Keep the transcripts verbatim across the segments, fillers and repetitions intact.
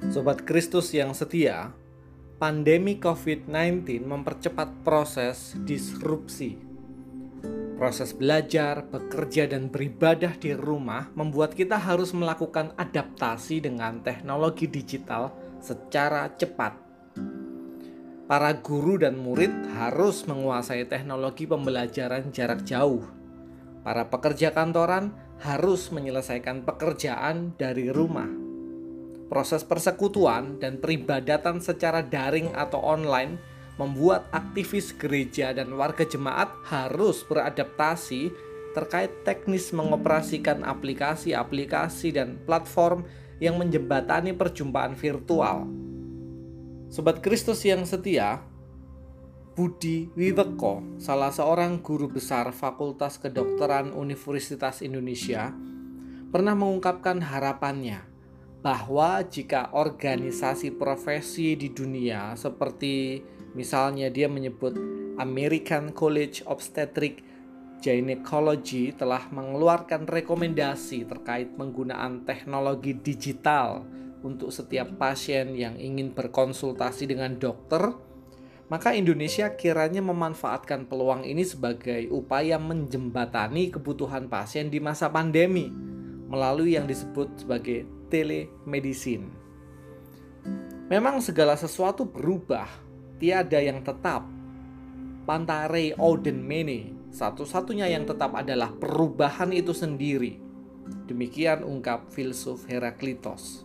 Sobat Kristus yang setia, pandemi covid sembilan belas mempercepat proses disrupsi. Proses belajar, bekerja, dan beribadah di rumah membuat kita harus melakukan adaptasi dengan teknologi digital secara cepat. Para guru dan murid harus menguasai teknologi pembelajaran jarak jauh. Para pekerja kantoran harus menyelesaikan pekerjaan dari rumah. Proses persekutuan dan peribadatan secara daring atau online membuat aktivis gereja dan warga jemaat harus beradaptasi terkait teknis mengoperasikan aplikasi-aplikasi dan platform yang menjembatani perjumpaan virtual. Sobat Kristus yang setia, Budi Wiweko, salah seorang guru besar Fakultas Kedokteran Universitas Indonesia, pernah mengungkapkan harapannya bahwa jika organisasi profesi di dunia seperti misalnya dia menyebut American College of Obstetric Gynecology telah mengeluarkan rekomendasi terkait penggunaan teknologi digital untuk setiap pasien yang ingin berkonsultasi dengan dokter, maka Indonesia kiranya memanfaatkan peluang ini sebagai upaya menjembatani kebutuhan pasien di masa pandemi melalui yang disebut sebagai telemedicine. Memang segala sesuatu berubah, tiada yang tetap. Pantare Ouden Mene, satu-satunya yang tetap adalah perubahan itu sendiri. Demikian ungkap filsuf Heraklitos.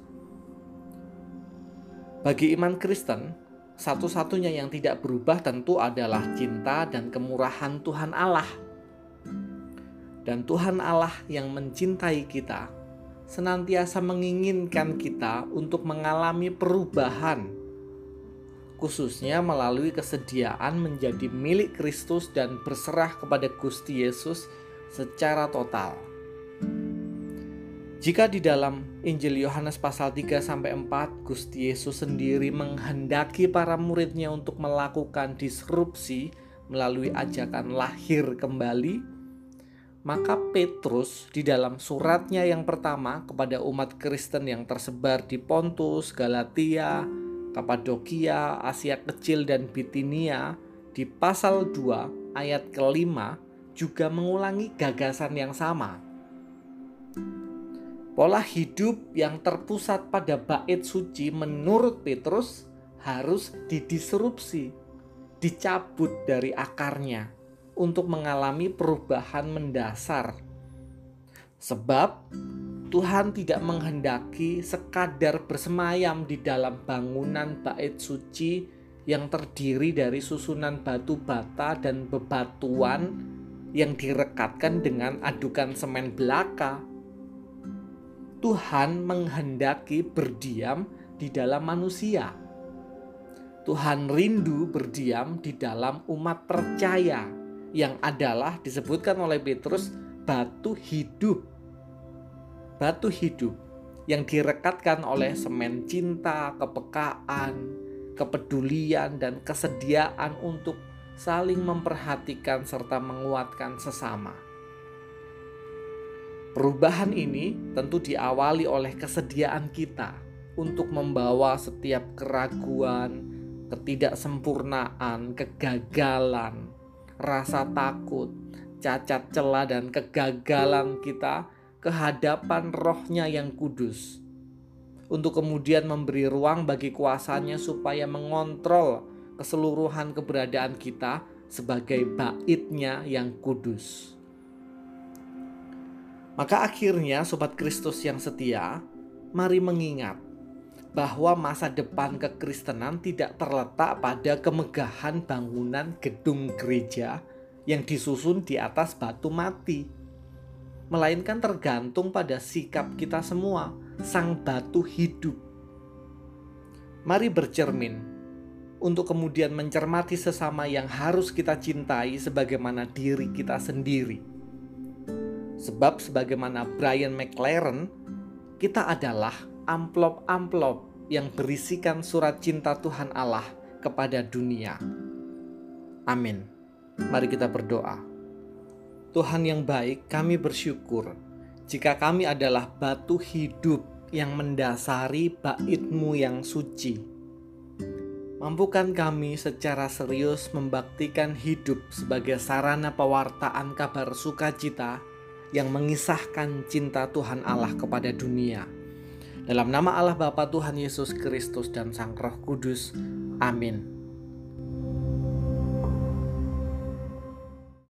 Bagi iman Kristen, satu-satunya yang tidak berubah tentu adalah cinta dan kemurahan Tuhan Allah. Dan Tuhan Allah yang mencintai kita senantiasa menginginkan kita untuk mengalami perubahan, khususnya melalui kesediaan menjadi milik Kristus dan berserah kepada Gusti Yesus secara total. Jika di dalam Injil Yohanes pasal tiga sampai empat Gusti Yesus sendiri menghendaki para muridnya untuk melakukan disrupsi melalui ajakan lahir kembali, maka Petrus di dalam suratnya yang pertama kepada umat Kristen yang tersebar di Pontus, Galatia, Kapadokia, Asia Kecil, dan Bitinia di pasal dua ayat kelima juga mengulangi gagasan yang sama. Pola hidup yang terpusat pada bait suci menurut Petrus harus didisrupsi, dicabut dari akarnya untuk mengalami perubahan mendasar. Sebab Tuhan tidak menghendaki sekadar bersemayam di dalam bangunan bait suci yang terdiri dari susunan batu bata dan bebatuan yang direkatkan dengan adukan semen belaka. Tuhan menghendaki berdiam di dalam manusia. Tuhan rindu berdiam di dalam umat percaya yang adalah disebutkan oleh Petrus batu hidup. Batu hidup yang direkatkan oleh semen cinta, kepekaan, kepedulian, dan kesediaan untuk saling memperhatikan serta menguatkan sesama. Perubahan ini tentu diawali oleh kesediaan kita untuk membawa setiap keraguan, ketidaksempurnaan, kegagalan, rasa takut, cacat celah, dan kegagalan kita ke hadapan Roh-Nya yang kudus, untuk kemudian memberi ruang bagi kuasanya supaya mengontrol keseluruhan keberadaan kita sebagai bait-Nya yang kudus. Maka akhirnya Sobat Kristus yang setia, mari mengingat bahwa masa depan kekristenan tidak terletak pada kemegahan bangunan gedung gereja yang disusun di atas batu mati, melainkan tergantung pada sikap kita semua, sang batu hidup. Mari bercermin untuk kemudian mencermati sesama yang harus kita cintai sebagaimana diri kita sendiri. Sebab sebagaimana Brian McLaren, kita adalah amplop-amplop yang berisikan surat cinta Tuhan Allah kepada dunia. Amin. Mari kita berdoa. Tuhan yang baik, kami bersyukur jika kami adalah batu hidup yang mendasari bait-Mu yang suci. Mampukan kami secara serius membaktikan hidup sebagai sarana pewartaan kabar sukacita yang mengisahkan cinta Tuhan Allah kepada dunia. Dalam nama Allah Bapa Tuhan Yesus Kristus dan Sang Roh Kudus. Amin.